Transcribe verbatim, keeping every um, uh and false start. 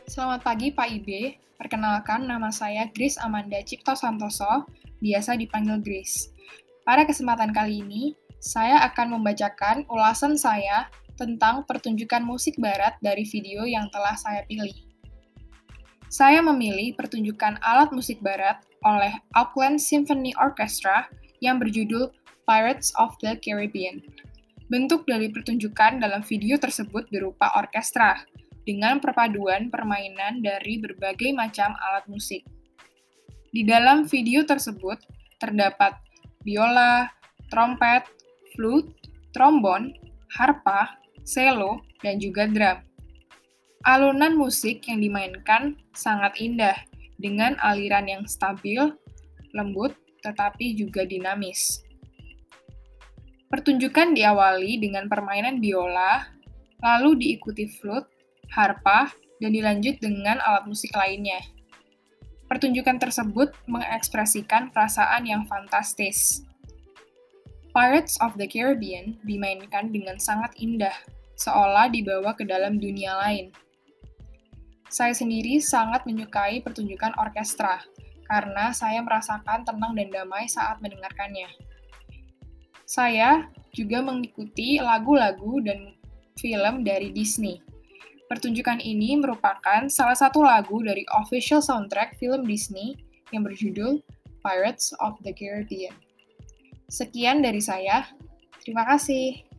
Selamat pagi Pak Ibe, perkenalkan nama saya Grace Amanda Cipto Santoso, biasa dipanggil Grace. Pada kesempatan kali ini, saya akan membacakan ulasan saya tentang pertunjukan musik barat dari video yang telah saya pilih. Saya memilih pertunjukan alat musik barat oleh Auckland Symphony Orchestra yang berjudul Pirates of the Caribbean. Bentuk dari pertunjukan dalam video tersebut berupa orkestra, dengan perpaduan permainan dari berbagai macam alat musik. Di dalam video tersebut terdapat biola, trompet, flute, trombon, harpa, cello, dan juga drum. Alunan musik yang dimainkan sangat indah, dengan aliran yang stabil, lembut, tetapi juga dinamis. Pertunjukan diawali dengan permainan biola, lalu diikuti flute, harpa, dan dilanjut dengan alat musik lainnya. Pertunjukan tersebut mengekspresikan perasaan yang fantastis. Pirates of the Caribbean dimainkan dengan sangat indah, seolah dibawa ke dalam dunia lain. Saya sendiri sangat menyukai pertunjukan orkestra, karena saya merasakan tenang dan damai saat mendengarkannya. Saya juga mengikuti lagu-lagu dan film dari Disney. Pertunjukan ini merupakan salah satu lagu dari official soundtrack film Disney yang berjudul Pirates of the Caribbean. Sekian dari saya, terima kasih.